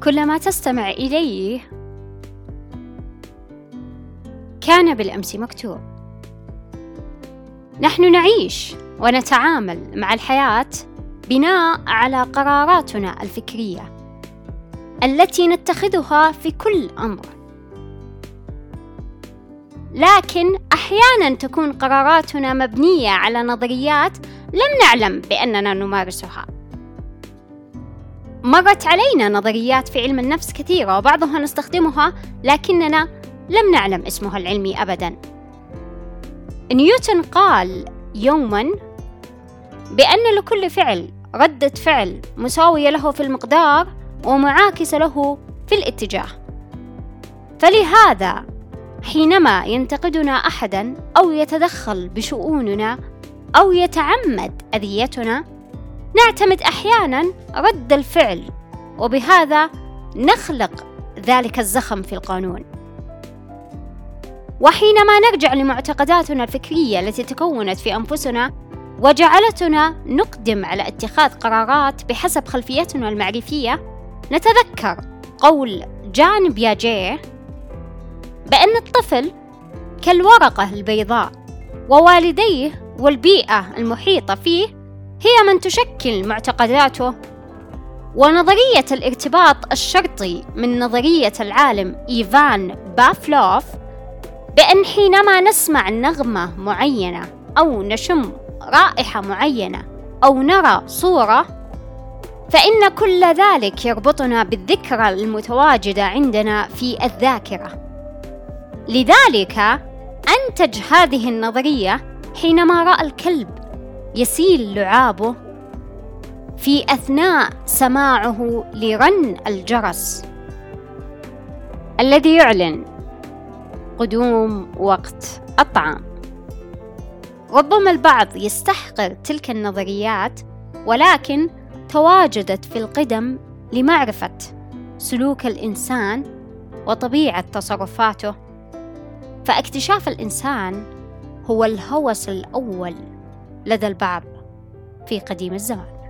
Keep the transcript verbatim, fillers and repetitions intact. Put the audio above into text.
كلما تستمع إليه كان بالأمس مكتوب. نحن نعيش ونتعامل مع الحياة بناء على قراراتنا الفكرية التي نتخذها في كل أمر، لكن أحيانا تكون قراراتنا مبنية على نظريات لم نعلم بأننا نمارسها. مرت علينا نظريات في علم النفس كثيرة وبعضها نستخدمها لكننا لم نعلم اسمها العلمي أبدا. نيوتن قال يوما بأن لكل فعل ردة فعل مساوية له في المقدار ومعاكسة له في الاتجاه، فلهذا حينما ينتقدنا أحدا أو يتدخل بشؤوننا أو يتعمد أذيتنا نعتمد أحيانا رد الفعل، وبهذا نخلق ذلك الزخم في القانون. وحينما نرجع لمعتقداتنا الفكرية التي تكونت في أنفسنا وجعلتنا نقدم على اتخاذ قرارات بحسب خلفيتنا المعرفية، نتذكر قول جان بياجيه بأن الطفل كالورقة البيضاء، ووالديه والبيئة المحيطة فيه هي من تشكل معتقداته. ونظرية الارتباط الشرطي من نظرية العالم إيفان بافلوف بأن حينما نسمع نغمة معينة أو نشم رائحة معينة أو نرى صورة فإن كل ذلك يربطنا بالذكرى المتواجدة عندنا في الذاكرة. لذلك أنتج هذه النظرية حينما رأى الكلب يسيل لعابه في أثناء سماعه لرن الجرس الذي يعلن قدوم وقت الطعام. ربما البعض يستحقر تلك النظريات، ولكن تواجدت في القدم لمعرفة سلوك الإنسان وطبيعة تصرفاته، فاكتشاف الإنسان هو الهوس الأول لدى البعض في قديم الزمان.